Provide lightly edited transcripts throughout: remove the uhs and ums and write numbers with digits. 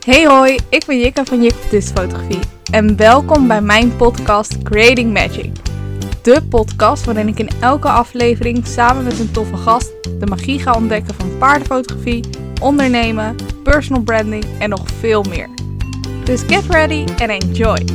Hey hoi, ik ben Jikka van Jikkertist Fotografie en welkom bij mijn podcast Creating Magic. De podcast waarin ik in elke aflevering samen met een toffe gast de magie ga ontdekken van paardenfotografie, ondernemen, personal branding en nog veel meer. Dus get ready and enjoy!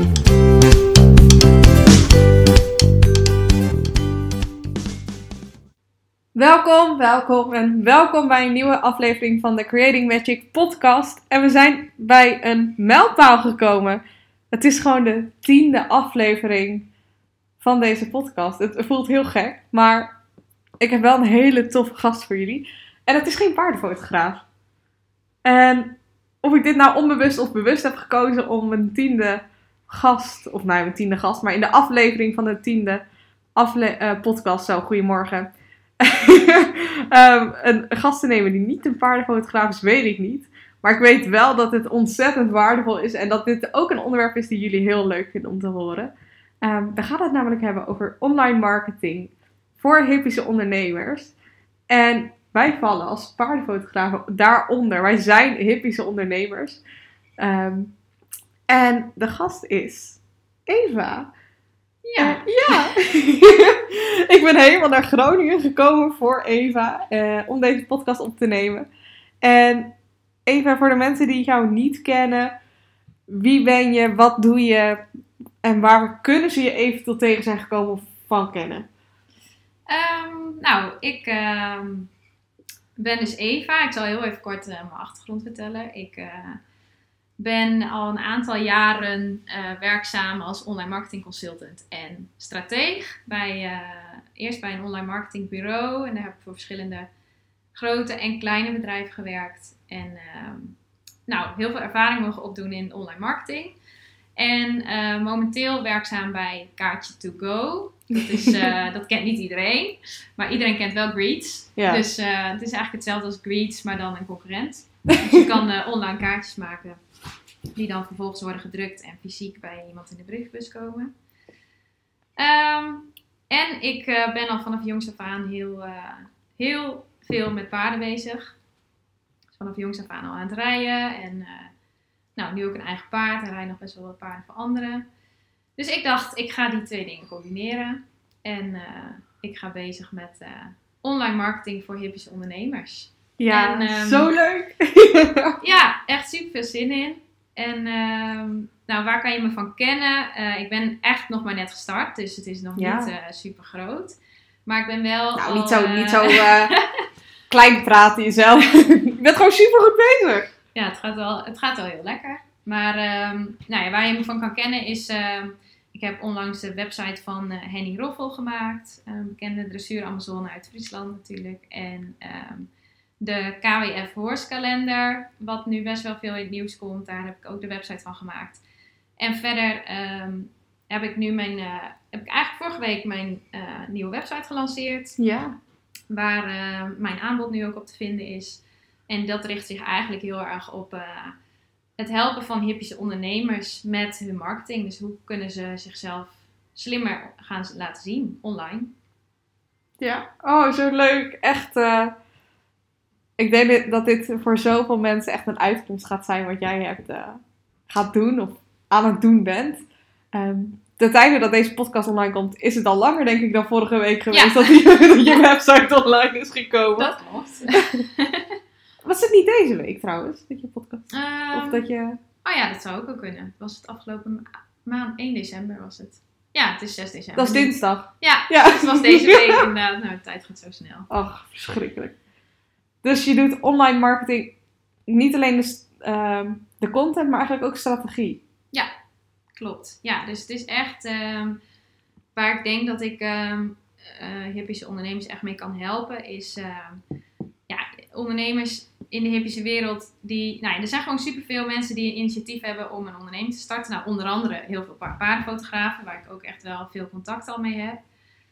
Welkom bij een nieuwe aflevering van de Creating Magic podcast. En we zijn bij een mijlpaal gekomen. Het is gewoon de 10e aflevering van deze podcast. Het voelt heel gek, maar ik heb wel een hele toffe gast voor jullie. En het is geen paardenfotograaf. En of ik dit nou onbewust of bewust heb gekozen om mijn 10e gast, of nou mijn 10e gast, maar in de aflevering van de 10e podcast, zo goedemorgen, een gast te nemen die niet een paardenfotograaf is, weet ik niet. Maar ik weet wel dat het ontzettend waardevol is en dat dit ook een onderwerp is die jullie heel leuk vinden om te horen. We gaan het namelijk hebben over online marketing voor hippische ondernemers. En wij vallen als paardenfotografen daaronder. Wij zijn hippische ondernemers. En de gast is Eva. Ja. Ik ben helemaal naar Groningen gekomen voor Eva, om deze podcast op te nemen. En Eva, voor de mensen die jou niet kennen, wie ben je, wat doe je en waar kunnen ze je eventueel tegen zijn gekomen of van kennen? Ik ben dus Eva. Ik zal heel even kort mijn achtergrond vertellen. Ik ben al een aantal jaren werkzaam als online marketing consultant en strateeg. Eerst bij een online marketing bureau. En daar heb ik voor verschillende grote en kleine bedrijven gewerkt. En heel veel ervaring mogen opdoen in online marketing. En momenteel werkzaam bij Kaartje to Go. Dat kent niet iedereen. Maar iedereen kent wel Greets. Ja. Dus het is eigenlijk hetzelfde als Greets, maar dan een concurrent. Dus je kan online kaartjes maken. Die dan vervolgens worden gedrukt en fysiek bij iemand in de brievenbus komen. En ik ben al vanaf jongs af aan heel veel met paarden bezig. Dus vanaf jongs af aan al aan het rijden. En nu ook een eigen paard. En rij nog best wel wat paarden voor anderen. Dus ik dacht, ik ga die twee dingen combineren. En ik ga bezig met online marketing voor hippische ondernemers. Ja, en, zo leuk! Ja, echt super veel zin in. En waar kan je me van kennen? Ik ben echt nog maar net gestart, dus het is nog niet super groot. Maar ik ben wel niet zo klein praten jezelf. Je bent gewoon super goed bezig. Ja, het gaat wel heel lekker. Maar waar je me van kan kennen is... ik heb onlangs de website van Henny Roffel gemaakt. Een bekende dressuur-Amazone uit Friesland natuurlijk. En... de KWF Horse kalender, wat nu best wel veel in het nieuws komt. Daar heb ik ook de website van gemaakt. En verder heb ik eigenlijk vorige week mijn nieuwe website gelanceerd. Ja. Waar mijn aanbod nu ook op te vinden is. En dat richt zich eigenlijk heel erg op het helpen van hippische ondernemers met hun marketing. Dus hoe kunnen ze zichzelf slimmer gaan laten zien online. Ja, oh zo leuk. Echt... Ik denk dat dit voor zoveel mensen echt een uitkomst gaat zijn wat jij gaat doen of aan het doen bent. De tijden dat deze podcast online komt, is het al langer denk ik dan vorige week geweest dat je website online is gekomen. Dat klopt. Was het niet deze week trouwens, dat je podcast? Of dat je... Oh ja, dat zou ook wel kunnen. Was het afgelopen maand, 1 december was het. Ja, het is 6 december. Dat is dinsdag. Ja. Dus het was deze week inderdaad. De tijd gaat zo snel. Ach, verschrikkelijk. Dus je doet online marketing niet alleen de content, maar eigenlijk ook strategie. Ja, klopt. Ja, dus het is echt waar ik denk dat ik hippische ondernemers echt mee kan helpen. Is ondernemers in de hippische wereld. Er zijn gewoon superveel mensen die een initiatief hebben om een onderneming te starten. Nou, onder andere heel veel paardenfotografen, waar ik ook echt wel veel contact al mee heb.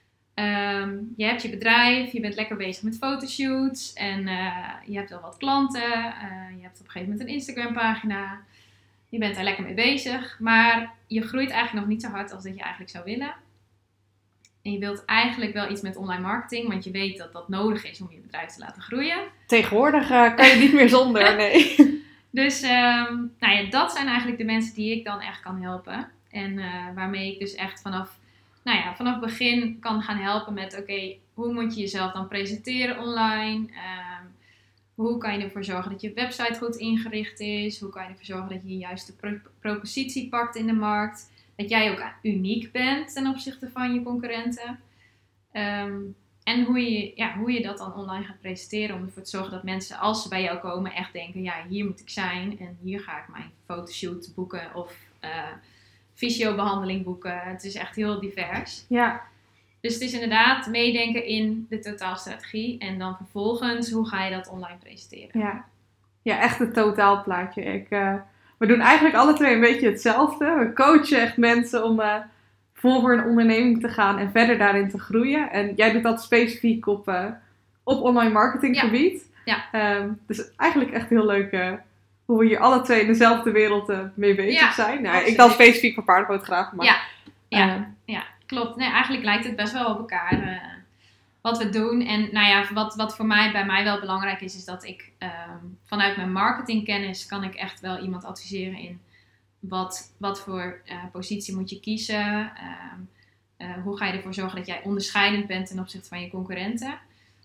Je hebt je bedrijf, je bent lekker bezig met fotoshoots en je hebt wel wat klanten. Je hebt op een gegeven moment een Instagram pagina. Je bent daar lekker mee bezig, maar je groeit eigenlijk nog niet zo hard als dat je eigenlijk zou willen. En je wilt eigenlijk wel iets met online marketing, want je weet dat dat nodig is om je bedrijf te laten groeien. Tegenwoordig kan je niet meer zonder, nee. Dus dat zijn eigenlijk de mensen die ik dan echt kan helpen. En waarmee ik dus echt vanaf begin kan gaan helpen met... Oké, hoe moet je jezelf dan presenteren online? Hoe kan je ervoor zorgen dat je website goed ingericht is? Hoe kan je ervoor zorgen dat je de juiste propositie pakt in de markt? Dat jij ook uniek bent ten opzichte van je concurrenten. En hoe je dat dan online gaat presenteren. Om ervoor te zorgen dat mensen, als ze bij jou komen, echt denken... Ja, hier moet ik zijn. En hier ga ik mijn fotoshoot boeken. Of fysiobehandeling boeken. Het is echt heel divers. Ja. Dus het is inderdaad meedenken in de totaalstrategie. En dan vervolgens, hoe ga je dat online presenteren? Ja, echt het totaalplaatje. We doen eigenlijk alle twee een beetje hetzelfde. We coachen echt mensen om voor een onderneming te gaan en verder daarin te groeien. En jij doet dat specifiek op online marketinggebied. Ja. Dus eigenlijk echt heel leuk hoe we hier alle twee in dezelfde wereld mee bezig zijn. Nou, ik dan specifiek voor paardenfotografen. Maar, ja, klopt. Nee, eigenlijk lijkt het best wel op elkaar wat we doen. En wat bij mij wel belangrijk is dat ik vanuit mijn marketingkennis kan ik echt wel iemand adviseren in wat voor positie moet je kiezen. Hoe ga je ervoor zorgen dat jij onderscheidend bent ten opzichte van je concurrenten.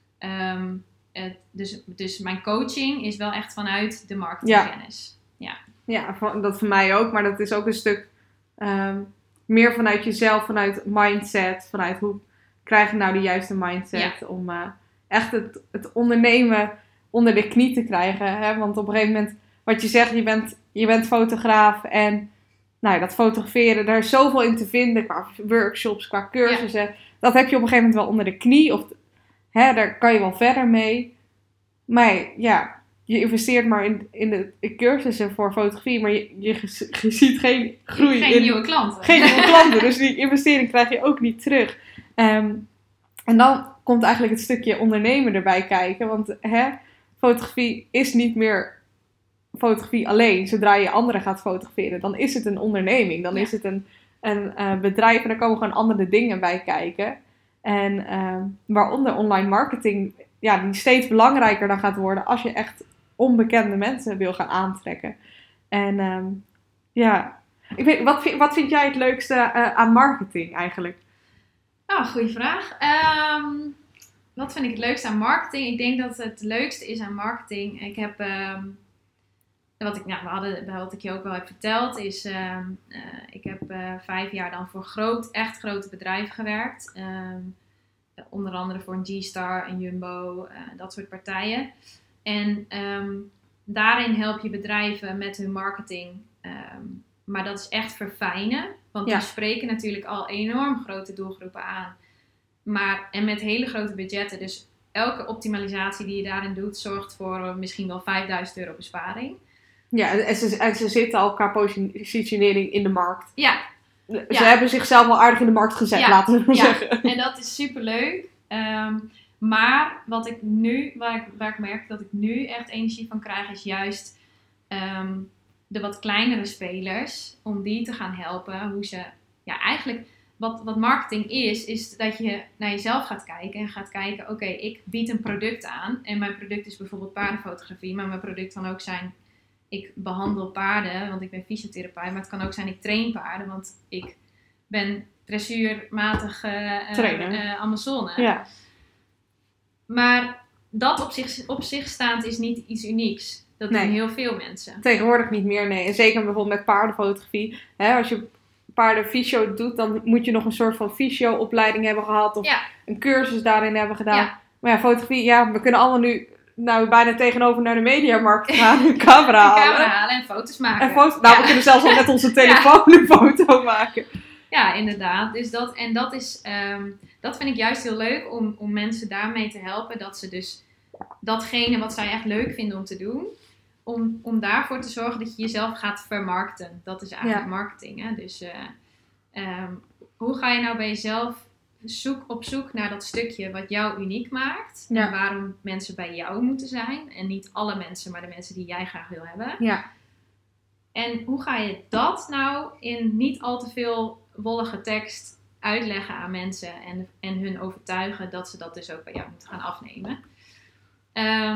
Dus mijn coaching is wel echt vanuit de marketingkennis. Ja, dat voor mij ook. Maar dat is ook een stuk meer vanuit jezelf, vanuit mindset. Vanuit hoe krijg je nou de juiste mindset om echt het ondernemen onder de knie te krijgen. Hè? Want op een gegeven moment, wat je zegt, je bent fotograaf en dat fotograferen, daar is zoveel in te vinden qua workshops, qua cursussen. Ja. Dat heb je op een gegeven moment wel onder de knie. Of daar kan je wel verder mee. Maar ja, je investeert maar in de cursussen voor fotografie, maar je ziet geen groei. Geen nieuwe klanten. Geen nieuwe klanten, dus die investering krijg je ook niet terug. En dan komt eigenlijk het stukje ondernemen erbij kijken. Want fotografie is niet meer fotografie alleen. Zodra je anderen gaat fotograferen, dan is het een onderneming. Dan is het een bedrijf en daar komen gewoon andere dingen bij kijken. En waaronder online marketing, die steeds belangrijker dan gaat worden als je echt onbekende mensen wil gaan aantrekken. En ik weet, wat vind jij het leukste aan marketing eigenlijk? Goeie vraag. Wat vind ik het leukste aan marketing? Ik denk dat het leukste is aan marketing. Ik heb, wat ik je ook wel heb verteld, is ik heb 5 jaar dan voor echt grote bedrijven gewerkt. Onder andere voor een G-Star, een Jumbo, dat soort partijen. En daarin help je bedrijven met hun marketing. Maar dat is echt verfijnen. Want die spreken natuurlijk al enorm grote doelgroepen aan. En met hele grote budgetten. Dus elke optimalisatie die je daarin doet, zorgt voor misschien wel €5.000 besparing. Ja, en ze zitten al qua positionering in de markt. Ja. Ze hebben zichzelf al aardig in de markt gezet, laten we maar zeggen. En dat is superleuk. Maar waar ik merk dat ik nu echt energie van krijg, is juist de wat kleinere spelers, om die te gaan helpen. Hoe ze, eigenlijk wat marketing is dat je naar jezelf gaat kijken en gaat kijken, oké, ik bied een product aan en mijn product is bijvoorbeeld paardenfotografie, maar mijn product kan ook zijn, ik behandel paarden, want ik ben fysiotherapeut, maar het kan ook zijn, ik train paarden, want ik ben dressuurmatige Amazone. Ja. Maar dat op zich staand is niet iets unieks. Dat doen heel veel mensen. Tegenwoordig niet meer, nee. En zeker bijvoorbeeld met paardenfotografie. Als je paardenfysio doet, dan moet je nog een soort van fysio-opleiding hebben gehad. Of een cursus daarin hebben gedaan. Ja. Maar fotografie, we kunnen allemaal nu bijna tegenover naar de mediamarkt gaan. Een camera halen en foto's maken. We kunnen zelfs al met onze telefoon een foto maken. Ja, inderdaad. Dus dat vind ik juist heel leuk om mensen daarmee te helpen. Dat ze dus datgene wat zij echt leuk vinden om te doen, om daarvoor te zorgen dat je jezelf gaat vermarkten. Dat is eigenlijk marketing. Hè? Dus hoe ga je nou bij jezelf op zoek naar dat stukje wat jou uniek maakt. Ja. En waarom mensen bij jou moeten zijn. En niet alle mensen, maar de mensen die jij graag wil hebben. Ja. En hoe ga je dat nou in niet al te veel wollige tekst uitleggen aan mensen. En hun overtuigen dat ze dat dus ook bij jou moeten gaan afnemen.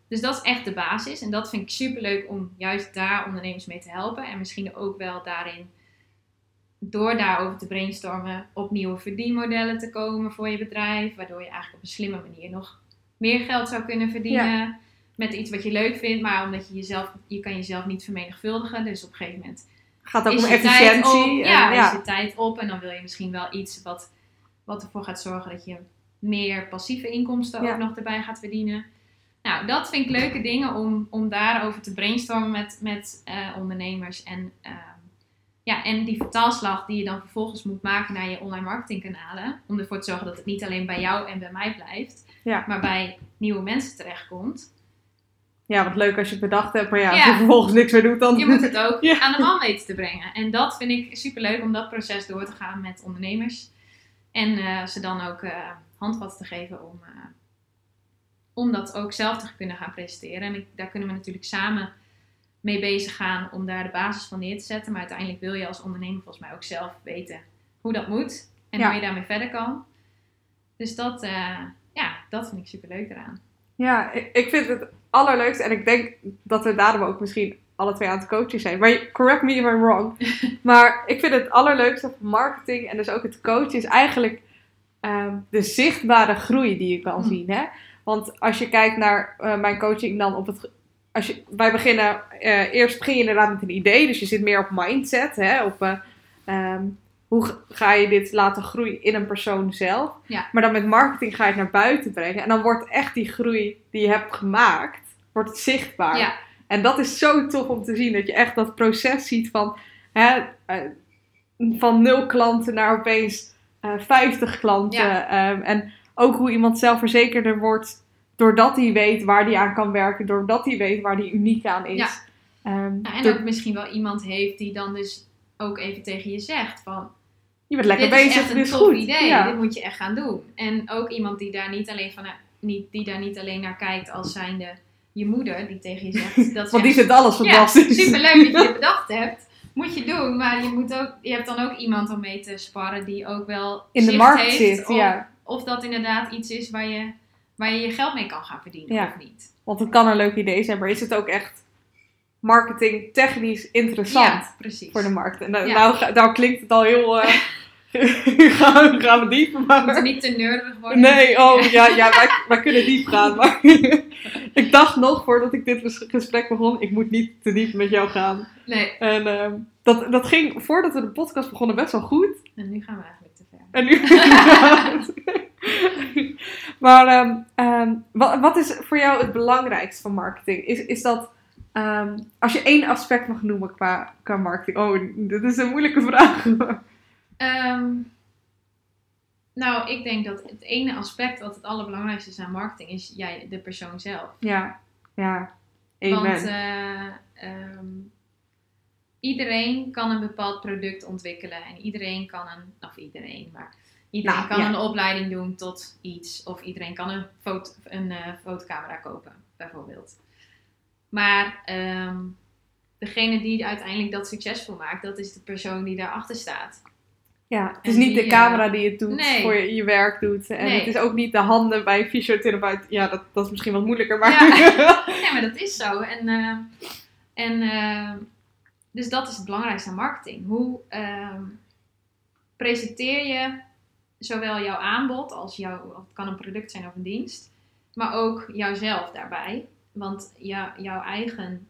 Dus dat is echt de basis. En dat vind ik superleuk om juist daar ondernemers mee te helpen. En misschien ook wel daarin, door daarover te brainstormen, op nieuwe verdienmodellen te komen voor je bedrijf. Waardoor je eigenlijk op een slimme manier nog meer geld zou kunnen verdienen. Met iets wat je leuk vindt. Maar omdat je kan jezelf niet vermenigvuldigen. Dus op een gegeven moment Gaat ook is om je efficiëntie. tijd op. Is je tijd op. En dan wil je misschien wel iets wat ervoor gaat zorgen dat je meer passieve inkomsten ook nog erbij gaat verdienen. Nou, dat vind ik leuke dingen om daarover te brainstormen met ondernemers. En die vertaalslag die je dan vervolgens moet maken naar je online marketingkanalen. Om ervoor te zorgen dat het niet alleen bij jou en bij mij blijft. Ja. Maar bij nieuwe mensen terechtkomt. Ja, wat leuk als je het bedacht hebt. Maar als je vervolgens niks meer doet dan... Je moet het ook aan de man weten te brengen. En dat vind ik superleuk om dat proces door te gaan met ondernemers. En ze dan ook handvatten te geven om dat ook zelf te kunnen gaan presenteren. En daar kunnen we natuurlijk samen mee bezig gaan om daar de basis van neer te zetten. Maar uiteindelijk wil je als ondernemer volgens mij ook zelf weten hoe dat moet. En hoe je daarmee verder kan. Dus dat vind ik superleuk eraan. Ja, ik vind het allerleukste. En ik denk dat we daarom ook misschien alle twee aan het coachen zijn. Maar correct me if I'm wrong. Maar ik vind het allerleukste van marketing en dus ook het coachen is eigenlijk de zichtbare groei die je kan zien. Hè? Want als je kijkt naar mijn coaching dan wij beginnen, eerst begin je inderdaad met een idee. Dus je zit meer op mindset. Hè? Op hoe ga je dit laten groeien in een persoon zelf. Ja. Maar dan met marketing ga je het naar buiten brengen. En dan wordt echt die groei die je hebt gemaakt, wordt het zichtbaar. Ja. En dat is zo tof om te zien. Dat je echt dat proces ziet van 0 klanten naar opeens 50 klanten. Ja. En ook hoe iemand zelfverzekerder wordt doordat hij weet waar hij aan kan werken. Doordat hij weet waar hij uniek aan is. Ja. En ook misschien wel iemand heeft die dan dus ook even tegen je zegt van... Je bent lekker dit bezig, is echt dit een is tof goed. idee, Ja. dit moet je echt gaan doen. En ook iemand die daar niet alleen naar kijkt als zijnde je moeder die tegen je zegt... Dat Want die vindt alles fantastisch. Ja, superleuk dat je het bedacht hebt. Moet je doen, maar je hebt dan ook iemand om mee te sparren die ook wel in de zicht markt heeft zit, of dat inderdaad iets is waar je geld mee kan gaan verdienen of niet. Want het kan een leuk idee zijn, maar is het ook echt marketing technisch interessant voor de markt? En nou klinkt het al heel... gaan we diep, maar... We moeten niet te nerdig worden. Nee, wij kunnen diep gaan. Maar ik dacht nog, voordat ik dit gesprek begon, ik moet niet te diep met jou gaan. Nee. En dat ging, voordat we de podcast begonnen, best wel goed. En nu gaan we eigenlijk te ver. En nu... Maar wat is voor jou het belangrijkste van marketing? Is dat, als je 1 aspect mag noemen qua marketing... Oh, dit is een moeilijke vraag. Nou, ik denk dat het ene aspect wat het allerbelangrijkste is aan marketing is jij, de persoon zelf. Ja. Amen. Want iedereen kan een bepaald product ontwikkelen en iedereen kan een opleiding doen tot iets. Of iedereen kan een fotocamera kopen, bijvoorbeeld. Maar degene die uiteindelijk dat succesvol maakt, dat is de persoon die daarachter staat. Ja, het is niet de camera die het doet voor je werk doet. En het is ook niet de handen bij een fysiotherapeut. Ja, dat is misschien wat moeilijker. Maar... Ja. Nee, maar dat is zo. Dus dat is het belangrijkste aan marketing. Hoe presenteer je zowel jouw aanbod als het kan een product zijn of een dienst. Maar ook jouzelf daarbij. Want jouw eigen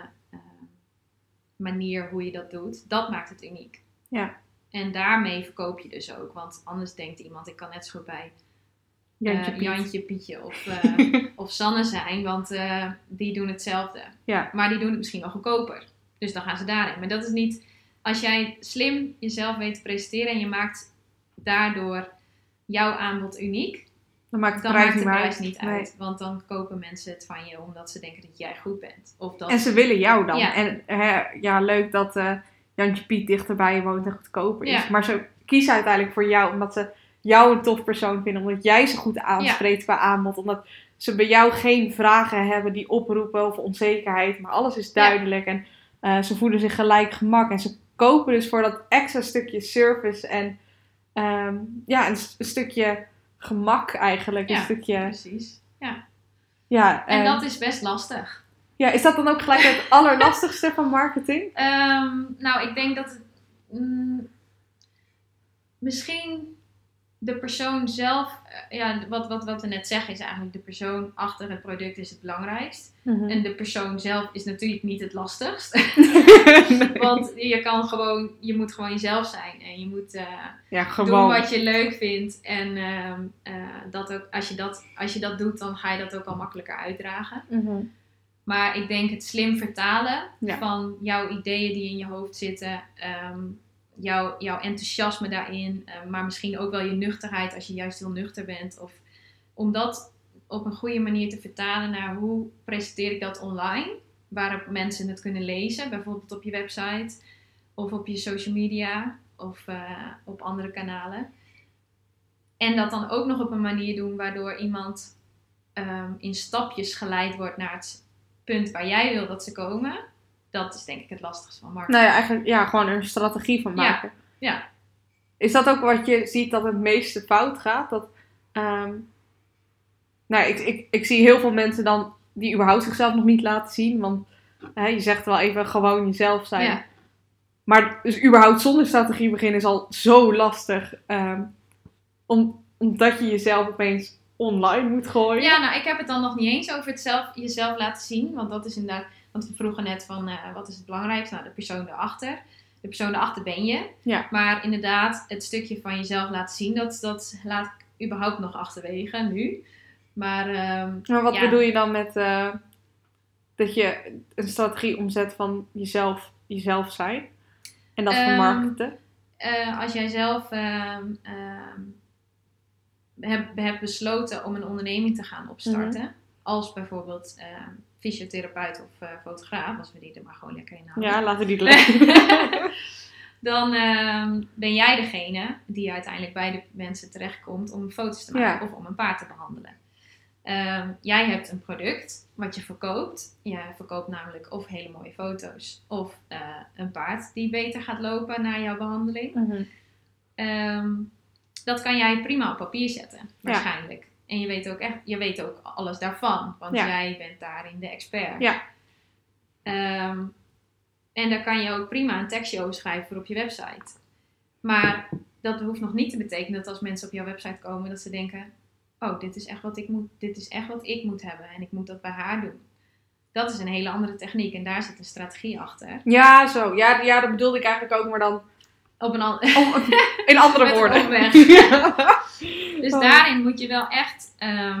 manier hoe je dat doet, dat maakt het uniek. Ja. En daarmee verkoop je dus ook. Want anders denkt iemand, ik kan net zo goed bij Jantje, Pietje of Sanne zijn. Want die doen hetzelfde. Ja. Maar die doen het misschien wel goedkoper. Dus dan gaan ze daarin. Maar dat is niet... Als jij slim jezelf weet te presenteren en je maakt daardoor jouw aanbod uniek, dan maakt de prijs niet uit. Nee. Want dan kopen mensen het van je omdat ze denken dat jij goed bent. En ze willen jou dan. Ja. En leuk dat Jantje Piet dichterbij je woont en goedkoper is. Ja. Maar ze kiezen uiteindelijk voor jou omdat ze jou een tof persoon vinden. Omdat jij ze goed aanspreekt qua aanbod. Omdat ze bij jou geen vragen hebben die oproepen of onzekerheid. Maar alles is duidelijk. Ja. En ze voelen zich gelijk gemak. En ze kopen dus voor dat extra stukje service. En een stukje gemak eigenlijk. Ja, een stukje... precies. Ja. Ja, En dat is best lastig. Ja, is dat dan ook gelijk het allerlastigste van marketing? Nou, ik denk dat het misschien de persoon zelf, wat we net zeggen is eigenlijk de persoon achter het product is het belangrijkst. Mm-hmm. En de persoon zelf is natuurlijk niet het lastigst. Want je moet gewoon jezelf zijn. En je moet doen wat je leuk vindt. En dat ook, als je dat doet, dan ga je dat ook al makkelijker uitdragen. Mm-hmm. Maar ik denk het slim vertalen Ja. van jouw ideeën die in je hoofd zitten. Jouw enthousiasme daarin. Maar misschien ook wel je nuchterheid als je juist heel nuchter bent. Of om dat op een goede manier te vertalen naar hoe presenteer ik dat online. Waarop mensen het kunnen lezen. Bijvoorbeeld op je website. Of op je social media. Of op andere kanalen. En dat dan ook nog op een manier doen waardoor iemand in stapjes geleid wordt naar het punt waar jij wil dat ze komen. Dat is denk ik het lastigste van marketing. Nou ja, eigenlijk gewoon een strategie van maken. Ja. Is dat ook wat je ziet dat het meeste fout gaat? Dat, ik zie heel veel mensen dan die überhaupt zichzelf nog niet laten zien. Want je zegt wel even gewoon jezelf zijn. Ja. Maar dus überhaupt zonder strategie beginnen is al zo lastig. Omdat je jezelf opeens online moet gooien. Ja, nou ik heb het dan nog niet eens over het jezelf laten zien. Want dat is inderdaad, want we vroegen net van wat is het belangrijkste? Nou, de persoon erachter. De persoon erachter ben je. Ja. Maar inderdaad, het stukje van jezelf laten zien, dat laat ik überhaupt nog achterwege nu. Maar wat bedoel je dan met dat je een strategie omzet van jezelf zijn? En dat vermarkten? Als jij zelf hebt besloten om een onderneming te gaan opstarten. Mm-hmm. Als bijvoorbeeld fysiotherapeut of fotograaf. Als we die er maar gewoon lekker in houden. Ja, laten we die lekker. Dan ben jij degene die uiteindelijk bij de mensen terechtkomt om foto's te maken of om een paard te behandelen. Jij hebt een product wat je verkoopt. Je verkoopt namelijk of hele mooie foto's of een paard die beter gaat lopen na jouw behandeling. Mm-hmm. Dat kan jij prima op papier zetten, waarschijnlijk. En je weet ook alles daarvan, want jij bent daarin de expert. Ja. En daar kan je ook prima een tekstje over schrijven voor op je website. Maar dat hoeft nog niet te betekenen dat als mensen op jouw website komen, dat ze denken, oh, dit is echt wat ik moet hebben en ik moet dat bij haar doen. Dat is een hele andere techniek en daar zit een strategie achter. Ja, zo. Ja, dat bedoelde ik eigenlijk ook, maar dan in andere woorden. Dus daarin moet je wel echt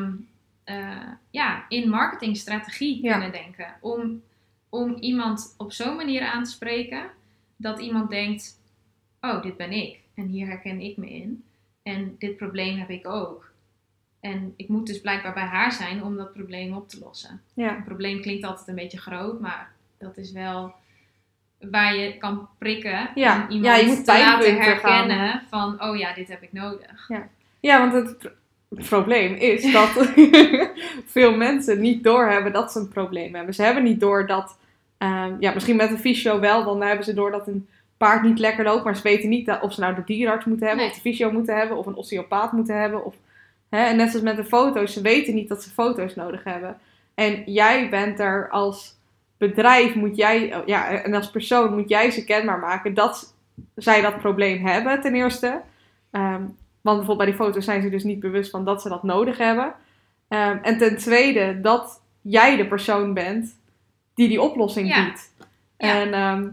in marketingstrategie kunnen denken. Om iemand op zo'n manier aan te spreken dat iemand denkt, oh, dit ben ik. En hier herken ik me in. En dit probleem heb ik ook. En ik moet dus blijkbaar bij haar zijn om dat probleem op te lossen. Ja. Een probleem klinkt altijd een beetje groot, maar dat is wel waar je kan prikken. Ja, om iemand je moet te laten herkennen gaan. Van, oh ja, dit heb ik nodig. Ja, want het probleem is dat veel mensen niet doorhebben dat ze een probleem hebben. Ze hebben niet door dat, misschien met een fysio wel, dan hebben ze door dat een paard niet lekker loopt, maar ze weten niet of ze nou de dierenarts moeten hebben, of de fysio moeten hebben, of een osteopaat moeten hebben. En net zoals met de foto's, ze weten niet dat ze foto's nodig hebben. En jij bent er als bedrijf, en als persoon moet jij ze kenbaar maken dat zij dat probleem hebben, ten eerste. Want bijvoorbeeld bij die foto's zijn ze dus niet bewust van dat ze dat nodig hebben. En ten tweede, dat jij de persoon bent die oplossing biedt. Ja.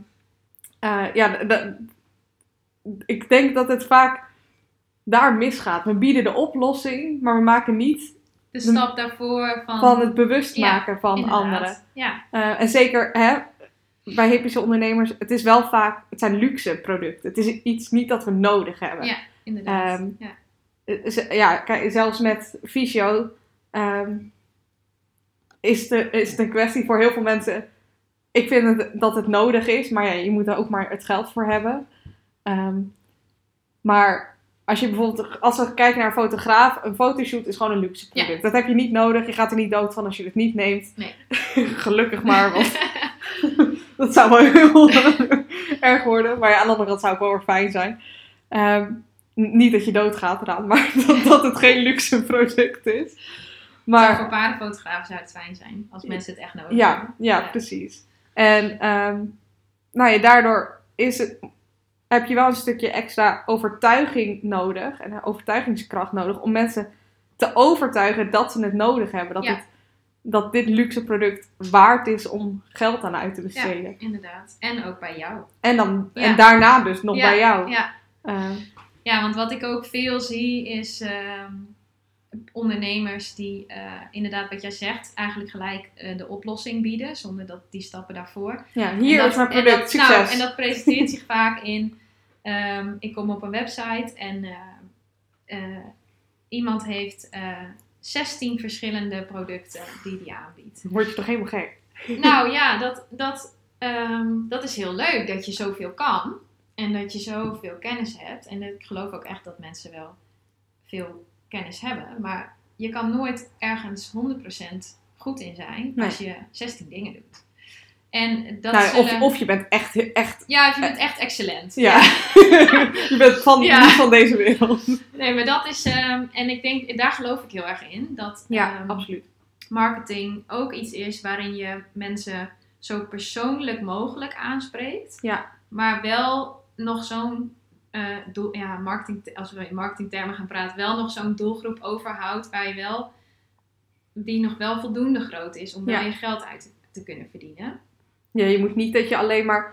En ik denk dat het vaak daar misgaat. We bieden de oplossing, maar we maken niet de stap daarvoor van het bewust maken van inderdaad. anderen. Ja. En zeker bij hypische ondernemers, het is wel vaak, het zijn luxe producten. Het is iets niet dat we nodig hebben. Ja, inderdaad. Kijk, zelfs met fysio is het een kwestie voor heel veel mensen. Ik vind dat het nodig is, maar je moet er ook maar het geld voor hebben. Maar als je bijvoorbeeld, als we kijken naar een fotograaf, een fotoshoot is gewoon een luxe product. Ja. Dat heb je niet nodig. Je gaat er niet dood van als je het niet neemt. Nee. Gelukkig maar, want dat zou wel heel erg worden. Maar aan de andere kant zou het wel weer fijn zijn. Niet dat je doodgaat eraan, maar dat het geen luxe product is. Maar voor paardenfotografen zou het fijn zijn. Als mensen het echt nodig ja, hebben. ja, precies. En daardoor heb je wel een stukje extra overtuiging nodig. En overtuigingskracht nodig. Om mensen te overtuigen dat ze het nodig hebben. Dat dit luxe product waard is om geld aan uit te besteden. Ja, inderdaad. En ook bij jou. En daarna dus nog bij jou. Ja. Ja, want wat ik ook veel zie is ondernemers die inderdaad wat jij zegt, eigenlijk gelijk de oplossing bieden, zonder dat die stappen daarvoor. Ja, hier is mijn product, succes. En dat presenteert zich vaak in, ik kom op een website en iemand heeft 16 verschillende producten die hij aanbiedt. Dan word je toch helemaal gek? Nou ja, dat is heel leuk dat je zoveel kan. En dat je zoveel kennis hebt. En ik geloof ook echt dat mensen wel veel kennis hebben. Maar je kan nooit ergens 100% goed in zijn als je 16 dingen doet. En dat of je bent echt... Ja, of je bent echt excellent. Ja. Je bent niet van deze wereld. Nee, maar dat is... en ik denk, daar geloof ik heel erg in. Dat absoluut. Marketing ook iets is waarin je mensen zo persoonlijk mogelijk aanspreekt. Ja. Maar wel nog zo'n als we in marketingtermen gaan praten, wel nog zo'n doelgroep overhoudt waar je wel, die nog wel voldoende groot is om daar je geld uit te kunnen verdienen. Ja, je moet niet dat je alleen maar,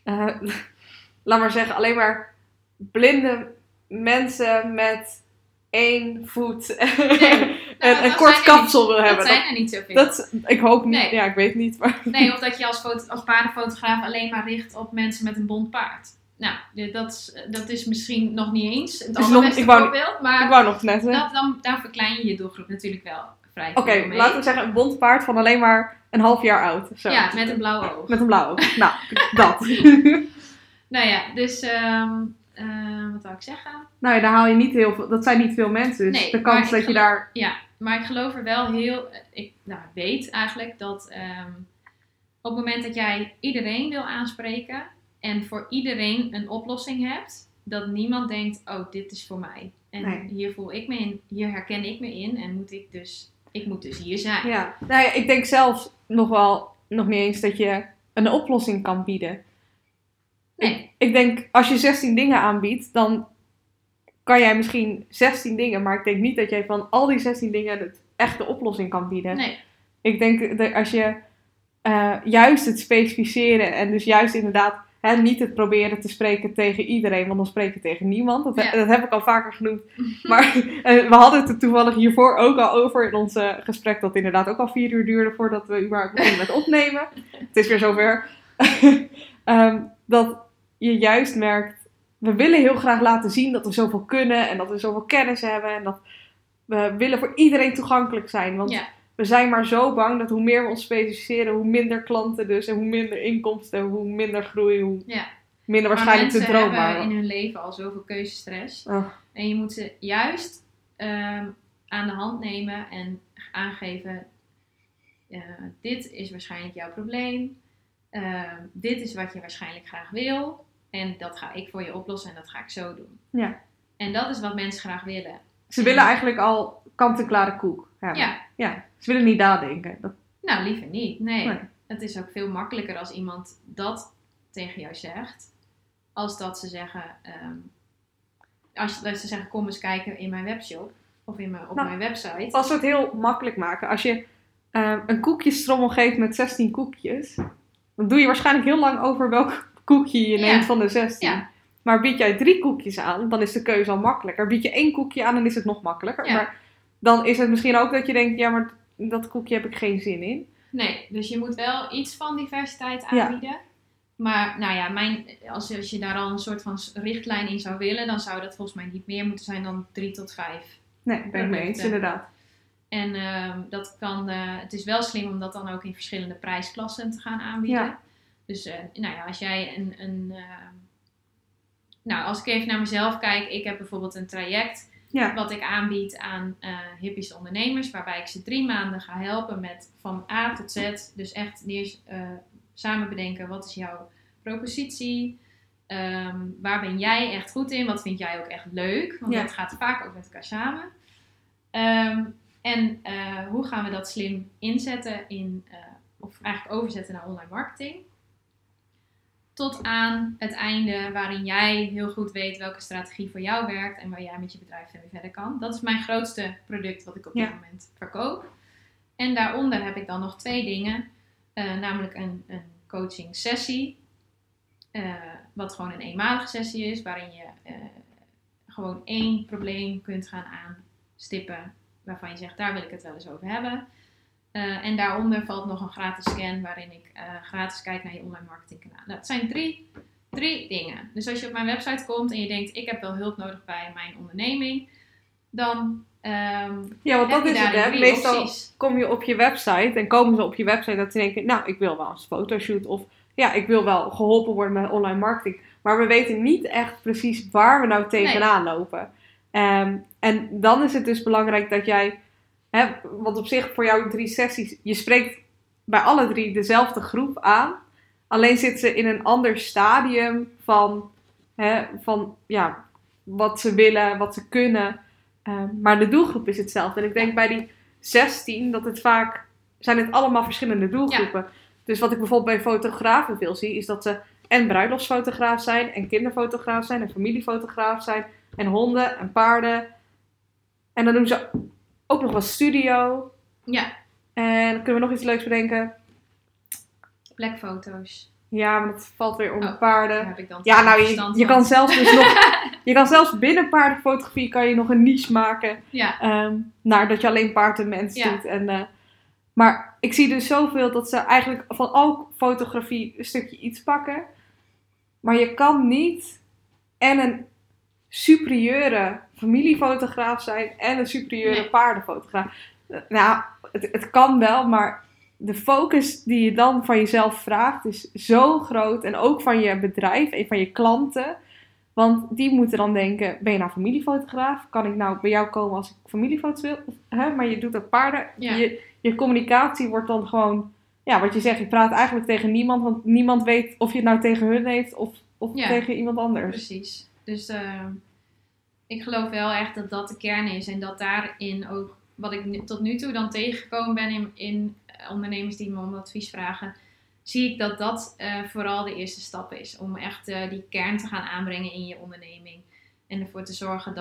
laat maar zeggen, alleen maar blinde mensen met 1 voet en een kort kapsel wil hebben. Dat zijn er niet zoveel. Ik hoop niet. Nee. Ja, ik weet niet. Maar... Nee, of dat je als paardenfotograaf alleen maar richt op mensen met een bont paard. Nou, dat is misschien nog niet eens het allerbeste voorbeeld. Maar ik wou nog net zeggen. Dan verklein je je doelgroep natuurlijk wel vrij. Oké, laten we zeggen een bont paard van alleen maar een half jaar oud. Zo. Ja, met een blauwe oog. Met een blauwe oog. Nou, dat. Nou ja, dus wat wou ik zeggen? Nou ja, daar haal je niet heel veel. Dat zijn niet veel mensen. Dus de kans dat je daar... Ja, maar ik geloof er wel heel... Ik weet eigenlijk dat op het moment dat jij iedereen wil aanspreken en voor iedereen een oplossing hebt, dat niemand denkt, oh, dit is voor mij. En hier voel ik me in, hier herken ik me in en ik moet dus hier zijn. Ja, nou ja, ik denk zelfs nog niet eens dat je een oplossing kan bieden. Nee. Ik denk, als je 16 dingen aanbiedt, dan kan jij misschien 16 dingen, maar ik denk niet dat jij van al die 16 dingen de echte oplossing kan bieden. Nee. Ik denk dat als je juist het specificeren en dus juist inderdaad niet het proberen te spreken tegen iedereen, want dan spreek je tegen niemand. Dat heb ik al vaker genoemd. Maar we hadden het er toevallig hiervoor ook al over in ons gesprek, dat inderdaad ook al 4 uur duurde voordat we überhaupt begonnen met opnemen. Het is weer zover. Dat je juist merkt, we willen heel graag laten zien dat we zoveel kunnen en dat we zoveel kennis hebben en dat we willen voor iedereen toegankelijk zijn. Want we zijn maar zo bang dat hoe meer we ons specificeren, hoe minder klanten dus en hoe minder inkomsten, hoe minder groei, hoe minder waarschijnlijk de droom. Maar mensen hebben in hun leven al zoveel keuzestress. Oh. En je moet ze juist aan de hand nemen en aangeven, dit is waarschijnlijk jouw probleem. Dit is wat je waarschijnlijk graag wil. En dat ga ik voor je oplossen en dat ga ik zo doen. Ja. En dat is wat mensen graag willen. Ze willen eigenlijk al kant-en-klare koek hebben. Ja. Ze willen niet nadenken. Nou, liever niet. Nee. Het is ook veel makkelijker als iemand dat tegen jou zegt. Als dat ze zeggen, dat ze zeggen, kom eens kijken in mijn webshop. Of op mijn website. Als we het heel makkelijk maken. Als je een koekjestrommel geeft met 16 koekjes. Dan doe je waarschijnlijk heel lang over welk koekje je neemt van de 16. Ja. Maar bied jij 3 koekjes aan, dan is de keuze al makkelijker. Bied je 1 koekje aan, dan is het nog makkelijker. Ja. Maar dan is het misschien ook dat je denkt, ja, maar dat koekje heb ik geen zin in. Nee, dus je moet wel iets van diversiteit aanbieden. Ja. Maar nou ja, als je daar al een soort van richtlijn in zou willen, dan zou dat volgens mij niet meer moeten zijn dan 3 tot 5. Nee, ben ik mee eens, inderdaad. En dat kan, het is wel slim om dat dan ook in verschillende prijsklassen te gaan aanbieden. Ja. Dus als jij als ik even naar mezelf kijk, ik heb bijvoorbeeld een traject wat ik aanbied aan hippische ondernemers, waarbij ik ze 3 maanden ga helpen met van A tot Z. Dus echt eerst samen bedenken, wat is jouw propositie? Waar ben jij echt goed in? Wat vind jij ook echt leuk? Want dat gaat vaak ook met elkaar samen. En hoe gaan we dat slim inzetten of eigenlijk overzetten naar online marketing. Tot aan het einde waarin jij heel goed weet welke strategie voor jou werkt en waar jij met je bedrijf weer verder kan. Dat is mijn grootste product wat ik op dit moment verkoop. En daaronder heb ik dan nog 2 dingen. Namelijk een coaching sessie. Wat gewoon een eenmalige sessie is. Waarin je gewoon 1 probleem kunt gaan aanstippen. Waarvan je zegt, daar wil ik het wel eens over hebben. En daaronder valt nog een gratis scan. Waarin ik gratis kijk naar je online marketingkanaal. Nou, dat zijn 3 dingen. Dus als je op mijn website komt en je denkt, ik heb wel hulp nodig bij mijn onderneming. Dan want dat is het, hè. Meestal opties. kom je op je website en komen ze op je website dat ze denken, nou, ik wil wel een fotoshoot of ja, ik wil wel geholpen worden met online marketing. Maar we weten niet echt precies waar we nou tegenaan lopen. En dan is het dus belangrijk dat jij, want op zich voor jou 3 sessies, je spreekt bij alle 3 dezelfde groep aan. Alleen zitten ze in een ander stadium van wat ze willen, wat ze kunnen. Maar de doelgroep is hetzelfde. En ik denk bij die 16 dat het vaak zijn het allemaal verschillende doelgroepen. Ja. Dus wat ik bijvoorbeeld bij fotografen veel zie, is dat ze en bruiloftsfotograaf zijn, en kinderfotograaf zijn, en familiefotograaf zijn, en honden en paarden. En dan doen ze ook nog wat studio. Ja. En dan kunnen we nog iets leuks bedenken. Plekfoto's. Ja, maar dat valt weer onder paarden. Heb ik dan je kan zelfs dus nog... Je kan zelfs binnen paardenfotografie kan je nog een niche maken. Ja. Dat je alleen paard en mens doet. Maar ik zie dus zoveel dat ze eigenlijk van ook fotografie een stukje iets pakken. Maar je kan niet en een superieure familiefotograaf zijn en een superieure paardenfotograaf. Nou, het kan wel, maar de focus die je dan van jezelf vraagt is zo groot. En ook van je bedrijf en van je klanten. Want die moeten dan denken, ben je nou familiefotograaf? Kan ik nou bij jou komen als ik familiefoto's wil? Maar je doet ook paarden. Ja. Je communicatie wordt dan gewoon, wat je zegt, je praat eigenlijk tegen niemand. Want niemand weet of je het nou tegen hun heeft of tegen iemand anders. Precies. Dus ik geloof wel echt dat dat de kern is. En dat daarin ook, wat ik tot nu toe dan tegengekomen ben in ondernemers die me om advies vragen, zie ik dat dat vooral de eerste stap is. Om echt die kern te gaan aanbrengen in je onderneming. En ervoor te zorgen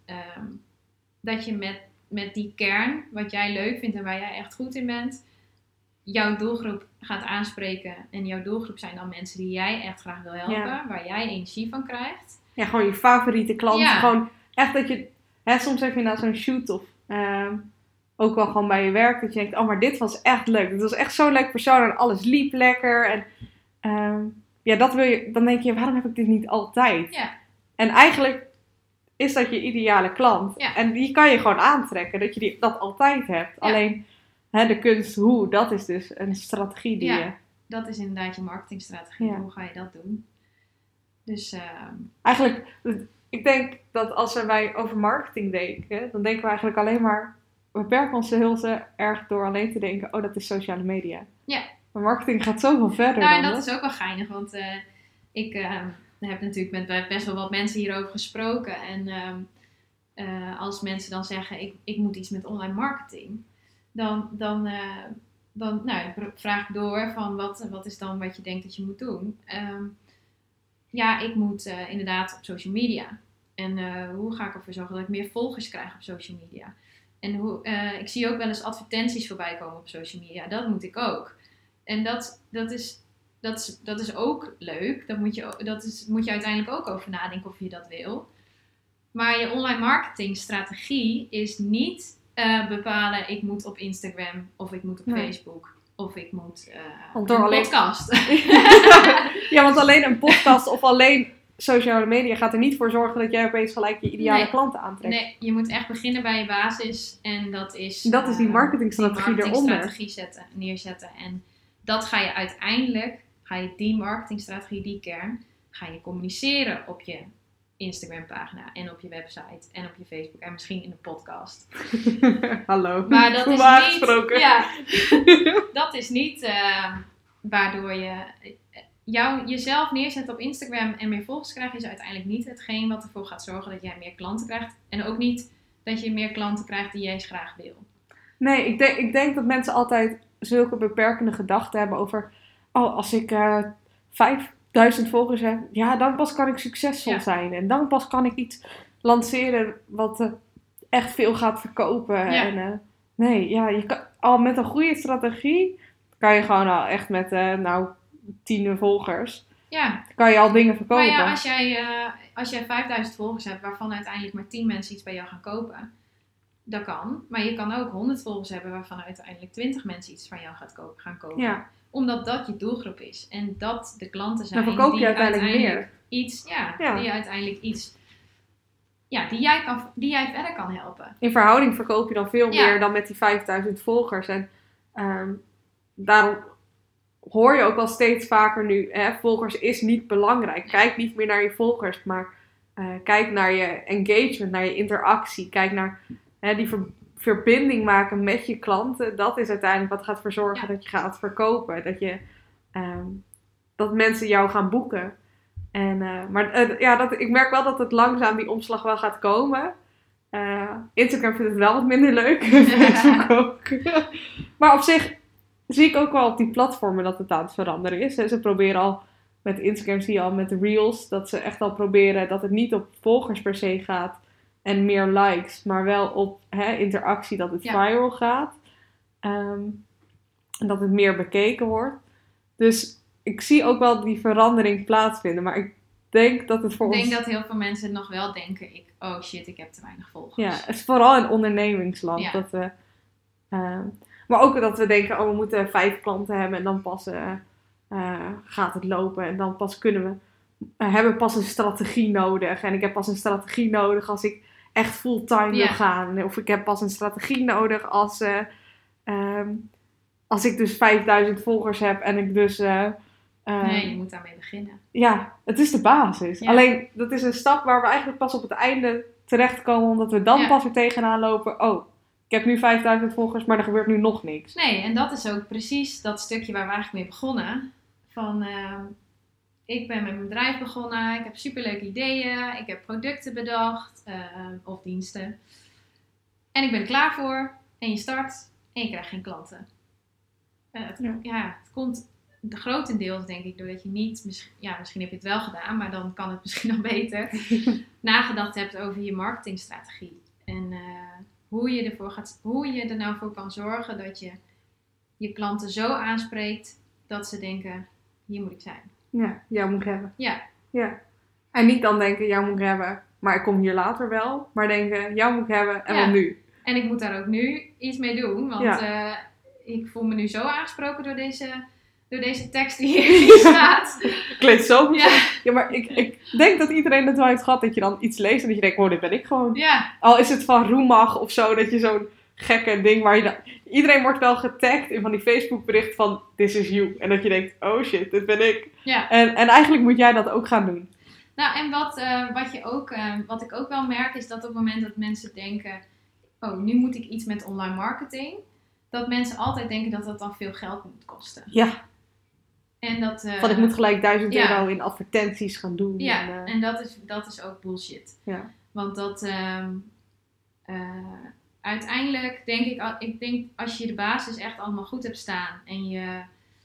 dat je met die kern, wat jij leuk vindt en waar jij echt goed in bent, jouw doelgroep gaat aanspreken. En jouw doelgroep zijn dan mensen die jij echt graag wil helpen. Waar jij energie van krijgt. Ja, gewoon je favoriete klanten. Ja. Gewoon echt dat je, soms heb je nou zo'n shoot of ook wel gewoon bij je werk, dat je denkt, oh, maar dit was echt leuk. Dit was echt zo'n leuk persoon en alles liep lekker. En dat wil je, dan denk je, waarom heb ik dit niet altijd? Ja. En eigenlijk is dat je ideale klant. Ja. En die kan je gewoon aantrekken, dat je dat altijd hebt. Ja. Alleen de kunst hoe, dat is dus een strategie die je... Dat is inderdaad je marketingstrategie. Ja. Hoe ga je dat doen? Dus eigenlijk, ik denk dat als wij over marketing denken, dan denken we eigenlijk alleen maar, we beperken ons heel erg door alleen te denken, oh, dat is sociale media. Ja. Maar marketing gaat zoveel verder dan dat. Is ook wel geinig, want ik heb natuurlijk met best wel wat mensen hierover gesproken. En als mensen dan zeggen, ik moet iets met online marketing, dan vraag ik door van wat is dan wat je denkt dat je moet doen. Ik moet inderdaad op social media. En hoe ga ik ervoor zorgen dat ik meer volgers krijg op social media? En ik zie ook wel eens advertenties voorbij komen op social media. Dat moet ik ook. En dat is ook leuk. Moet je uiteindelijk ook over nadenken of je dat wil. Maar je online marketingstrategie is niet bepalen, ik moet op Instagram of ik moet op Facebook of ik moet een podcast. Ja, want alleen een podcast of alleen sociale media gaat er niet voor zorgen dat jij opeens gelijk je ideale klanten aantrekt. Nee, je moet echt beginnen bij je basis. En dat is die marketingstrategie eronder. Neerzetten. En dat ga je uiteindelijk, die marketingstrategie, die kern, ga je communiceren op je Instagram pagina en op je website en op je Facebook en misschien in een podcast. Hallo. Maar dat is niet. Ja, dat is niet waardoor je jezelf neerzet op Instagram en meer volgers krijgt, is uiteindelijk niet hetgeen wat ervoor gaat zorgen dat jij meer klanten krijgt. En ook niet dat je meer klanten krijgt die jij graag wil. Nee, ik denk dat mensen altijd zulke beperkende gedachten hebben over... Oh, als ik 5000 volgers heb, ja, dan pas kan ik succesvol zijn. En dan pas kan ik iets lanceren wat echt veel gaat verkopen. Ja. En, nee, ja, je kan, al met een goede strategie kan je gewoon al echt met 10 volgers... Ja. Kan je al dingen verkopen. Maar ja, als jij 5000 volgers hebt, waarvan uiteindelijk maar 10 mensen iets bij jou gaan kopen, dat kan. Maar je kan ook 100 volgers hebben, waarvan uiteindelijk 20 mensen iets van jou gaan kopen. Ja. Omdat dat je doelgroep is. En dat de klanten zijn Dan verkoop je die uiteindelijk meer. Iets, Ja. die uiteindelijk iets, ja, die jij verder kan helpen. In verhouding verkoop je dan veel Ja. meer dan met die 5000 volgers. En daarom hoor je ook al steeds vaker nu, volgers is niet belangrijk. Kijk niet meer naar je volgers, maar kijk naar je engagement, naar je interactie. Kijk naar die verbinding maken met je klanten. Dat is uiteindelijk wat gaat ervoor zorgen dat je gaat verkopen. Dat mensen jou gaan boeken. Ik merk wel dat het langzaam die omslag wel gaat komen. Instagram vindt het wel wat minder leuk. Facebook ook. Maar op zich zie ik ook wel op die platformen dat het aan het veranderen is. Ze proberen al, met Instagram zie je al met de Reels, dat ze echt al proberen dat het niet op volgers per se gaat en meer likes, maar wel op interactie, dat het viral gaat. En dat het meer bekeken wordt. Dus ik zie ook wel die verandering plaatsvinden, maar ik denk dat het voor ons... Ik denk dat heel veel mensen nog wel denken, oh shit, ik heb te weinig volgers. Ja, het is vooral in ondernemingsland. Ja. Dat we, maar ook dat we denken, we moeten 5 klanten hebben en dan pas gaat het lopen. En dan pas hebben pas een strategie nodig. En ik heb pas een strategie nodig als ik echt fulltime wil gaan. Of ik heb pas een strategie nodig als ik dus 5000 volgers heb en ik dus... nee, je moet daarmee beginnen. Ja, het is de basis. Ja. Alleen, dat is een stap waar we eigenlijk pas op het einde terechtkomen, omdat we dan pas weer tegenaan lopen. Oh, ik heb nu 5000 volgers, maar er gebeurt nu nog niks. Nee, en dat is ook precies dat stukje waar we eigenlijk mee begonnen. Van, ik ben met mijn bedrijf begonnen, ik heb superleuke ideeën, ik heb producten bedacht of diensten. En ik ben er klaar voor. En je start en je krijgt geen klanten. Het komt grotendeels denk ik doordat je niet, misschien heb je het wel gedaan, maar dan kan het misschien nog beter, nagedacht hebt over je marketingstrategie. En hoe je er nou voor kan zorgen dat je je klanten zo aanspreekt dat ze denken, hier moet ik zijn. Ja, jou moet ik hebben. Ja. En niet dan denken, jou moet ik hebben, maar ik kom hier later wel. Maar denken, jou moet ik hebben en wel nu. En ik moet daar ook nu iets mee doen, want ik voel me nu zo aangesproken door deze tekst die hier staat. Klinkt zo goed. Ja, maar ik denk dat iedereen het wel heeft gehad, dat je dan iets leest en dat je denkt, dit ben ik gewoon. Ja. Al is het van Roemag of zo, dat je zo'n gekke ding waar je dan... Iedereen wordt wel getagd in van die Facebook bericht van, this is you. En dat je denkt, oh shit, dit ben ik. Ja. En eigenlijk moet jij dat ook gaan doen. Nou, en wat ik ook wel merk is dat op het moment dat mensen denken, oh, nu moet ik iets met online marketing, dat mensen altijd denken dat dat dan veel geld moet kosten. Ja. En dat... Van ik moet gelijk 1000 euro in advertenties gaan doen. Ja, en dat is ook bullshit. Ja. Want dat... uiteindelijk ik denk als je de basis echt allemaal goed hebt staan en je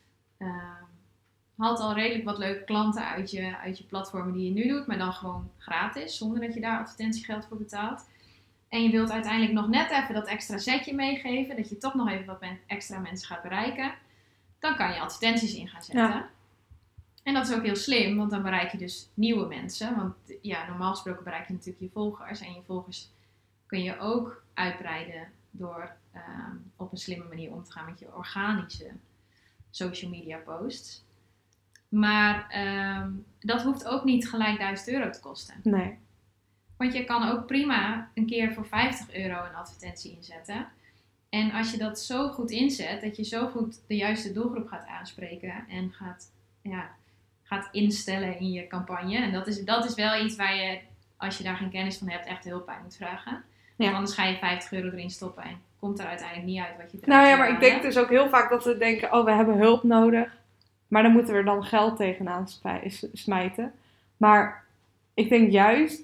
haalt al redelijk wat leuke klanten uit je platformen die je nu doet, maar dan gewoon gratis, zonder dat je daar advertentiegeld voor betaalt. En je wilt uiteindelijk nog net even dat extra setje meegeven, dat je toch nog even wat extra mensen gaat bereiken. Dan kan je advertenties in gaan zetten. Ja. En dat is ook heel slim, want dan bereik je dus nieuwe mensen. Want normaal gesproken bereik je natuurlijk je volgers. En je volgers kun je ook uitbreiden door op een slimme manier om te gaan met je organische social media posts. Maar dat hoeft ook niet gelijk 1000 euro te kosten. Nee. Want je kan ook prima een keer voor 50 euro een advertentie inzetten. En als je dat zo goed inzet, dat je zo goed de juiste doelgroep gaat aanspreken en gaat instellen in je campagne. En dat is wel iets waar je, als je daar geen kennis van hebt, echt hulp bij moet vragen. Ja. Want anders ga je 50 euro erin stoppen en komt er uiteindelijk niet uit wat je maar ik denk dus ook heel vaak dat we denken, we hebben hulp nodig. Maar dan moeten we er dan geld tegenaan smijten. Maar ik denk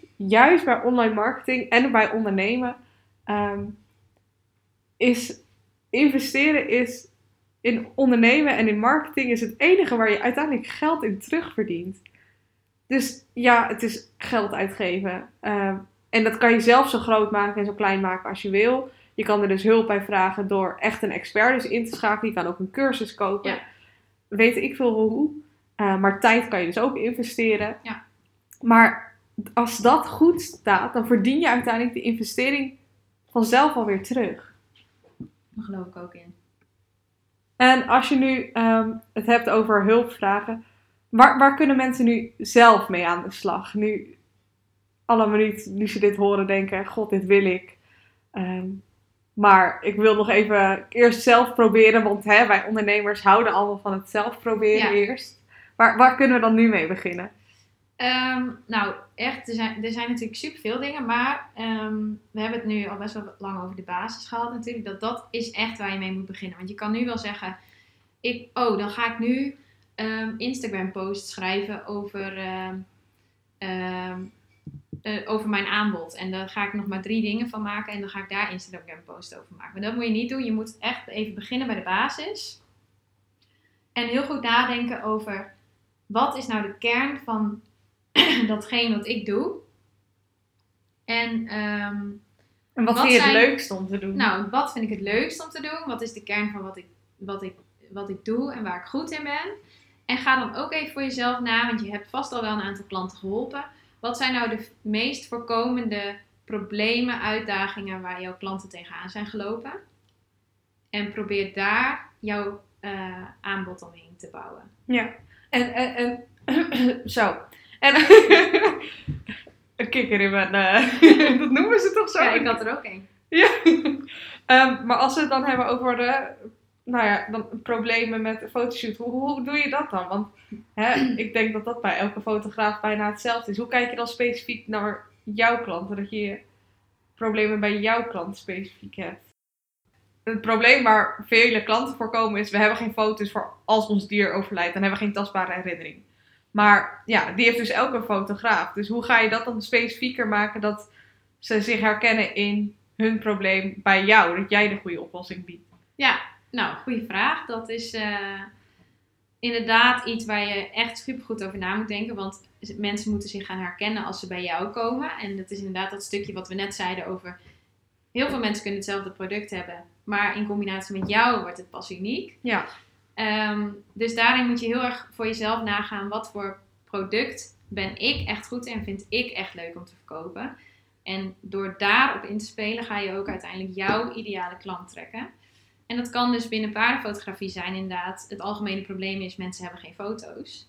juist bij online marketing en bij ondernemen is investeren is in ondernemen en in marketing is het enige waar je uiteindelijk geld in terugverdient. Dus ja, het is geld uitgeven. En dat kan je zelf zo groot maken en zo klein maken als je wil. Je kan er dus hulp bij vragen door echt een expert dus in te schakelen. Je kan ook een cursus kopen. Ja. Weet ik veel hoe. Maar tijd kan je dus ook investeren. Ja. Maar als dat goed staat, dan verdien je uiteindelijk de investering vanzelf alweer terug. Daar geloof ik ook in. En als je nu het hebt over hulpvragen, waar kunnen mensen nu zelf mee aan de slag? Nu, allemaal nu ze dit horen denken, god, dit wil ik. Maar ik wil nog even eerst zelf proberen, want wij ondernemers houden allemaal van het zelf proberen eerst. Waar kunnen we dan nu mee beginnen? Nou, echt, er zijn natuurlijk superveel dingen, maar we hebben het nu al best wel lang over de basis gehad natuurlijk. Dat is echt waar je mee moet beginnen. Want je kan nu wel zeggen, dan ga ik nu Instagram posts schrijven over mijn aanbod. En daar ga ik nog maar 3 dingen van maken en dan ga ik daar Instagram posts over maken. Maar dat moet je niet doen. Je moet echt even beginnen bij de basis. En heel goed nadenken over, wat is nou de kern van datgene wat ik doe? En wat vind je het leukst om te doen? Nou, wat vind ik het leukst om te doen? Wat is de kern van wat ik doe en waar ik goed in ben? En ga dan ook even voor jezelf na, want je hebt vast al wel een aantal klanten geholpen. Wat zijn nou de meest voorkomende problemen, uitdagingen waar jouw klanten tegenaan zijn gelopen? En probeer daar jouw aanbod omheen te bouwen. Ja, en zo. En een kikker in mijn... dat noemen ze toch zo? Ja, ik had er ook een. Ja. Maar als we het dan hebben over dan problemen met een fotoshoot, hoe doe je dat dan? Want ik denk dat dat bij elke fotograaf bijna hetzelfde is. Hoe kijk je dan specifiek naar jouw klanten? Dat je problemen bij jouw klant specifiek hebt. Het probleem waar vele klanten voor komen is, we hebben geen foto's voor als ons dier overlijdt. Dan hebben we geen tastbare herinnering. Maar ja, die heeft dus elke fotograaf. Dus hoe ga je dat dan specifieker maken dat ze zich herkennen in hun probleem bij jou? Dat jij de goede oplossing biedt. Ja, nou, goede vraag. Dat is inderdaad iets waar je echt supergoed over na moet denken. Want mensen moeten zich gaan herkennen als ze bij jou komen. En dat is inderdaad dat stukje wat we net zeiden over... Heel veel mensen kunnen hetzelfde product hebben. Maar in combinatie met jou wordt het pas uniek. Ja. Dus daarin moet je heel erg voor jezelf nagaan. Wat voor product ben ik echt goed en vind ik echt leuk om te verkopen. En door daarop in te spelen ga je ook uiteindelijk jouw ideale klant trekken. En dat kan dus binnen paardenfotografie zijn inderdaad. Het algemene probleem is, mensen hebben geen foto's.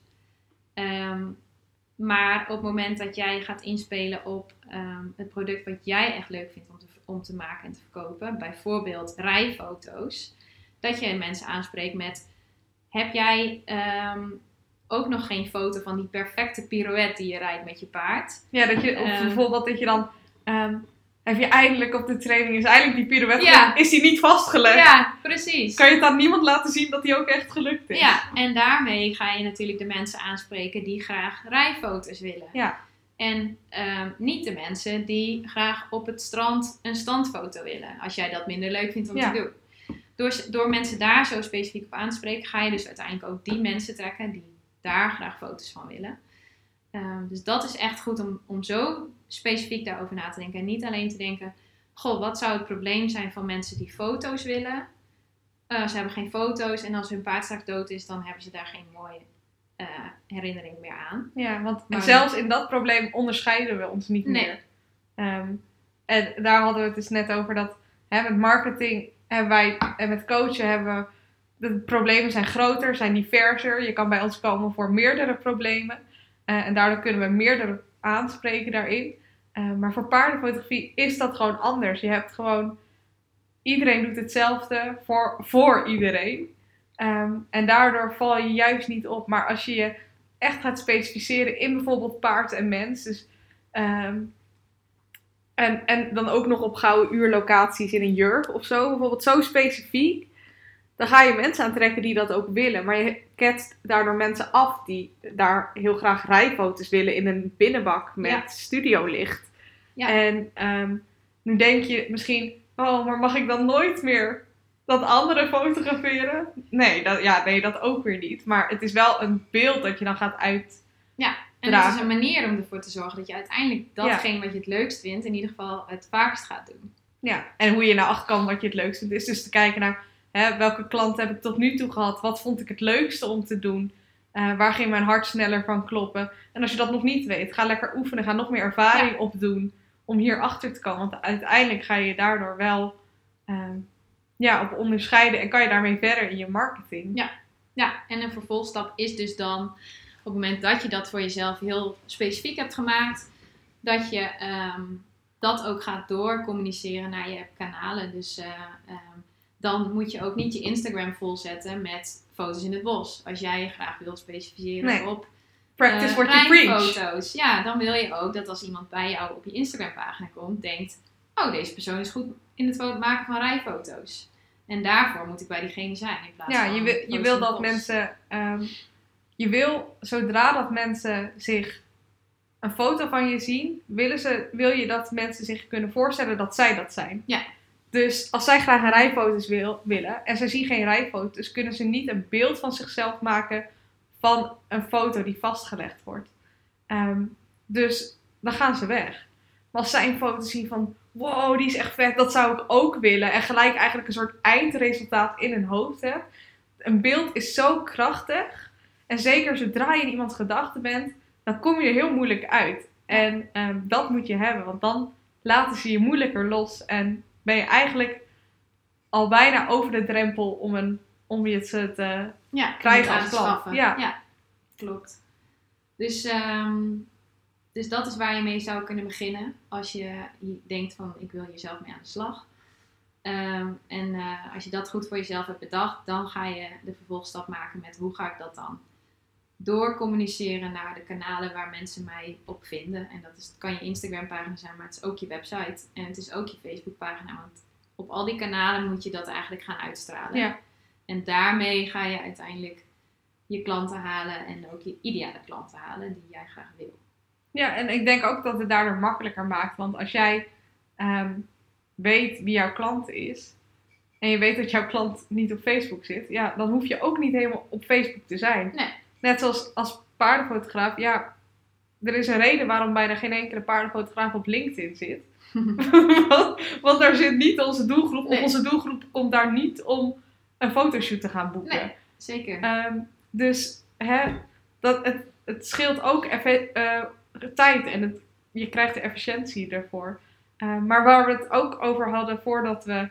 Maar op het moment dat jij gaat inspelen op het product wat jij echt leuk vindt om te maken en te verkopen. Bijvoorbeeld rijfoto's. Dat je mensen aanspreekt met, heb jij ook nog geen foto van die perfecte pirouette die je rijdt met je paard? Ja, of bijvoorbeeld dat je dan... heb je eindelijk op de training, is eindelijk die pirouette, is die niet vastgelegd? Ja, precies. Kan je het aan niemand laten zien dat die ook echt gelukt is? Ja, en daarmee ga je natuurlijk de mensen aanspreken die graag rijfoto's willen. Ja. En niet de mensen die graag op het strand een standfoto willen. Als jij dat minder leuk vindt om te doen. Door mensen daar zo specifiek op aan te spreken, ga je dus uiteindelijk ook die mensen trekken die daar graag foto's van willen. Dus dat is echt goed om zo specifiek daarover na te denken. En niet alleen te denken, goh, wat zou het probleem zijn van mensen die foto's willen? Ze hebben geen foto's en als hun paard straks dood is, dan hebben ze daar geen mooie herinnering meer aan. Ja, want zelfs in dat probleem onderscheiden we ons niet meer. En daar hadden we het dus net over dat met marketing hebben wij en met coachen hebben we, de problemen zijn groter, zijn diverser. Je kan bij ons komen voor meerdere problemen. En daardoor kunnen we meerdere aanspreken daarin. Maar voor paardenfotografie is dat gewoon anders. Je hebt gewoon... Iedereen doet hetzelfde voor iedereen. En daardoor val je juist niet op. Maar als je je echt gaat specificeren in bijvoorbeeld paard en mens. Dus, en dan ook nog op gouden uurlocaties in een jurk of zo. Bijvoorbeeld zo specifiek. Dan ga je mensen aantrekken die dat ook willen. Maar je ketst daardoor mensen af die daar heel graag rijfoto's willen in een binnenbak met studiolicht. Ja. En nu denk je misschien, oh, maar mag ik dan nooit meer dat anderen fotograferen. Nee, dat ook weer niet. Maar het is wel een beeld dat je dan gaat uit. Ja, en het is een manier om ervoor te zorgen dat je uiteindelijk datgene wat je het leukst vindt, in ieder geval het vaakst gaat doen. Ja, en hoe je naar achter kan wat je het leukst vindt. Is dus te kijken naar welke klant heb ik tot nu toe gehad. Wat vond ik het leukste om te doen. Waar ging mijn hart sneller van kloppen. En als je dat nog niet weet, ga lekker oefenen. Ga nog meer ervaring opdoen om hier achter te komen. Want uiteindelijk ga je daardoor wel op onderscheiden. En kan je daarmee verder in je marketing. Ja, en een vervolgstap is dus dan, op het moment dat je dat voor jezelf heel specifiek hebt gemaakt, dat je dat ook gaat doorcommuniceren naar je kanalen. Dus dan moet je ook niet je Instagram volzetten met foto's in het bos. Als jij je graag wilt specificeren op practice what you preach. Foto's. Ja, dan wil je ook dat als iemand bij jou op je Instagram pagina komt, denkt, oh, deze persoon is goed in het maken van rijfoto's. En daarvoor moet ik bij diegene zijn in plaats van je wil dat mensen. Je wil, zodra dat mensen zich een foto van je zien, wil je dat mensen zich kunnen voorstellen dat zij dat zijn. Ja. Dus als zij graag een rijfoto's willen en ze zien geen rijfoto's, kunnen ze niet een beeld van zichzelf maken van een foto die vastgelegd wordt. Dus dan gaan ze weg. Maar als zij een foto zien van, wow, die is echt vet, dat zou ik ook willen. En gelijk eigenlijk een soort eindresultaat in hun hoofd hebben. Een beeld is zo krachtig. En zeker zodra je in iemands gedachten bent, dan kom je er heel moeilijk uit. En dat moet je hebben, want dan laten ze je moeilijker los. En ben je eigenlijk al bijna over de drempel om je het te krijgen als klant. Ja, klopt. Dus dat is waar je mee zou kunnen beginnen. Als je denkt van, ik wil jezelf mee aan de slag. Als je dat goed voor jezelf hebt bedacht, dan ga je de vervolgstap maken met hoe ga ik dat dan doorcommuniceren naar de kanalen waar mensen mij op vinden. En dat kan je Instagram pagina zijn, maar het is ook je website. En het is ook je Facebook pagina. Want op al die kanalen moet je dat eigenlijk gaan uitstralen. Ja. En daarmee ga je uiteindelijk je klanten halen en ook je ideale klanten halen die jij graag wil. Ja, en ik denk ook dat het daardoor makkelijker maakt. Want als jij weet wie jouw klant is en je weet dat jouw klant niet op Facebook zit, ja, dan hoef je ook niet helemaal op Facebook te zijn. Nee. Net zoals als paardenfotograaf, ja, er is een reden waarom bijna geen enkele paardenfotograaf op LinkedIn zit. want daar zit niet onze doelgroep, of onze doelgroep komt daar niet om een fotoshoot te gaan boeken. Nee, zeker. Dus het scheelt ook tijd en je krijgt de efficiëntie ervoor. Maar waar we het ook over hadden voordat we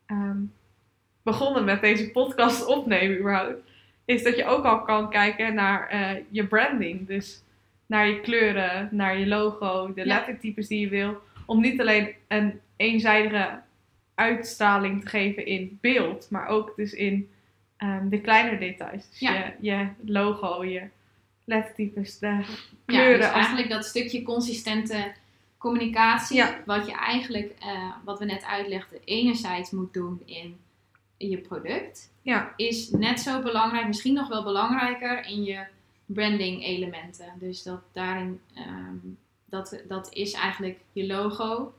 begonnen met deze podcast opnemen überhaupt, is dat je ook al kan kijken naar je branding. Dus naar je kleuren, naar je logo, de lettertypes die je wil. Om niet alleen een eenzijdige uitstraling te geven in beeld, maar ook dus in de kleinere details. Dus je logo, je lettertypes, de kleuren. Ja, dus eigenlijk dat stukje consistente communicatie, wat je eigenlijk, wat we net uitlegden, enerzijds moet doen in je product, is net zo belangrijk, misschien nog wel belangrijker in je branding elementen. Dus dat daarin, dat is eigenlijk je logo,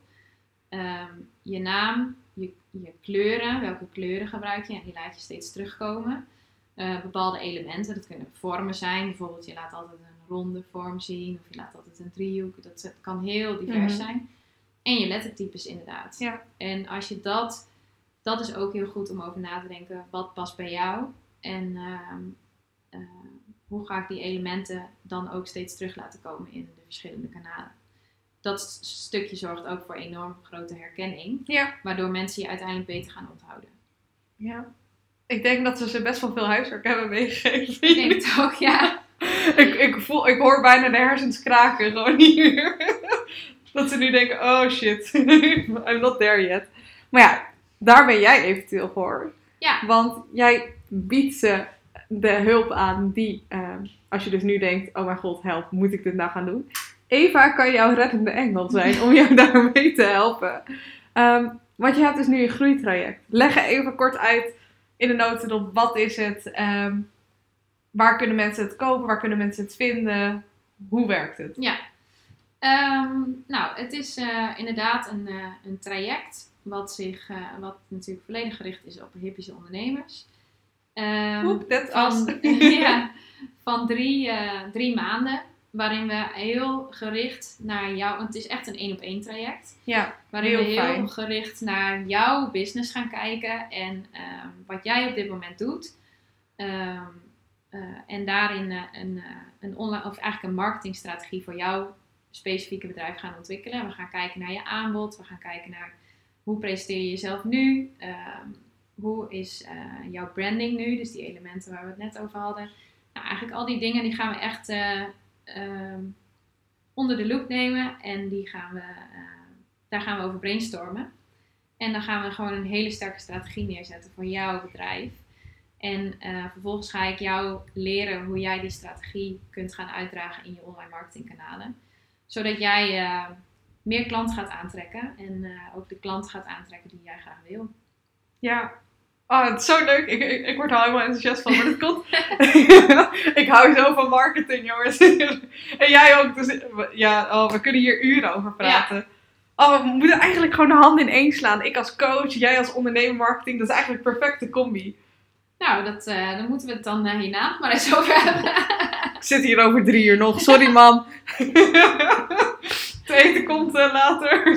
je naam, je kleuren, welke kleuren gebruik je en die laat je steeds terugkomen. Bepaalde elementen, dat kunnen vormen zijn, bijvoorbeeld je laat altijd een ronde vorm zien of je laat altijd een driehoek, dat kan heel divers zijn. En je lettertypes inderdaad. Ja. En als je dat is ook heel goed om over na te denken, wat past bij jou en hoe ga ik die elementen dan ook steeds terug laten komen in de verschillende kanalen. Dat stukje zorgt ook voor enorm grote herkenning, waardoor mensen je uiteindelijk beter gaan onthouden. Ja. Ik denk dat ze best wel veel huiswerk hebben meegegeven. Ik denk het ook, ja. Ik hoor bijna de hersens kraken gewoon hier. Dat ze nu denken, oh shit, I'm not there yet. Maar ja, daar ben jij eventueel voor. Ja. Want jij biedt ze de hulp aan die, als je dus nu denkt, oh mijn god, help, moet ik dit nou gaan doen? Eva kan jouw reddende engel zijn om jou daarmee te helpen. Want je hebt dus nu een groeitraject. Leg even kort uit in de notendop, wat is het? Waar kunnen mensen het kopen? Waar kunnen mensen het vinden? Hoe werkt het? Ja, nou, het is inderdaad een traject wat natuurlijk volledig gericht is op hippische ondernemers. Van 3 maanden, waarin we heel gericht naar jou, want het is echt een 1-op-1 traject. Ja, waarin we heel fijn. gericht naar jouw business gaan kijken en wat jij op dit moment doet. En daarin een online, of eigenlijk een marketingstrategie voor jouw specifieke bedrijf gaan ontwikkelen. We gaan kijken naar je aanbod, we gaan kijken naar hoe presenteer je jezelf nu, hoe is jouw branding nu, dus die elementen waar we het net over hadden. Nou, eigenlijk al die dingen die gaan we echt onder de loep nemen en daar gaan we over brainstormen. En dan gaan we gewoon een hele sterke strategie neerzetten voor jouw bedrijf. En vervolgens ga ik jou leren hoe jij die strategie kunt gaan uitdragen in je online marketingkanalen. Zodat jij meer klanten gaat aantrekken en ook de klanten gaat aantrekken die jij graag wil. Ja. Oh, het is zo leuk. Ik word er helemaal enthousiast van. Maar dat komt... ik hou zo van marketing, jongens. En jij ook. Dus, we kunnen hier uren over praten. Ja. Oh, we moeten eigenlijk gewoon de handen in één slaan. Ik als coach, jij als ondernemer marketing. Dat is eigenlijk een perfecte combi. Nou, dan moeten we het dan hierna nog maar eens over hebben. Ik zit hier over 3 uur nog. Sorry, man. Het eten komt later.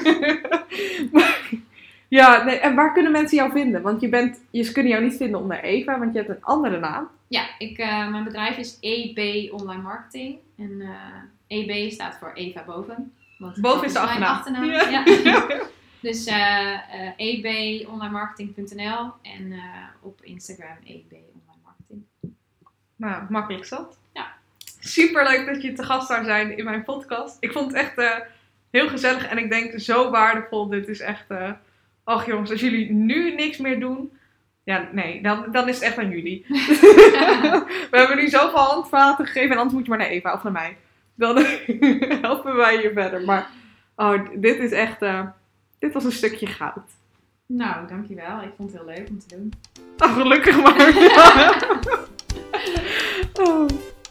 Ja, nee, en waar kunnen mensen jou vinden? Want ze kunnen jou niet vinden onder Eva, want je hebt een andere naam. Ja, mijn bedrijf is EB Online Marketing. En EB staat voor Eva Boven. Want Boven is de achternaam. Ja. Dus ebonlinemarketing.nl en op Instagram EB Online Marketing. Nou, makkelijk zat. Ja. Super leuk dat je te gast zou zijn in mijn podcast. Ik vond het echt heel gezellig en ik denk zo waardevol. Dit is echt... ach jongens, als jullie nu niks meer doen... Ja, nee, dan is het echt aan jullie. We hebben nu zoveel handvaten gegeven en anders moet je maar naar Eva of naar mij. Dan helpen wij je verder. Maar dit is echt... dit was een stukje goud. Nou, dankjewel. Ik vond het heel leuk om te doen. Oh, gelukkig maar. Oh.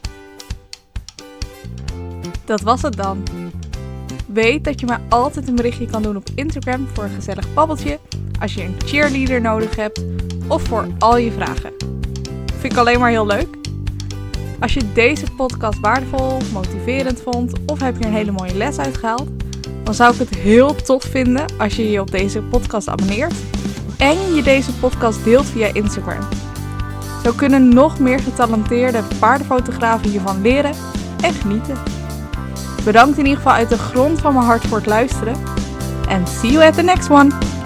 Dat was het dan. Weet dat je me altijd een berichtje kan doen op Instagram voor een gezellig babbeltje, als je een cheerleader nodig hebt of voor al je vragen. Vind ik alleen maar heel leuk. Als je deze podcast waardevol, motiverend vond of heb je een hele mooie les uitgehaald, dan zou ik het heel tof vinden als je je op deze podcast abonneert en je deze podcast deelt via Instagram. Zo kunnen nog meer getalenteerde paardenfotografen hiervan leren en genieten. Bedankt in ieder geval uit de grond van mijn hart voor het luisteren. En see you at the next one!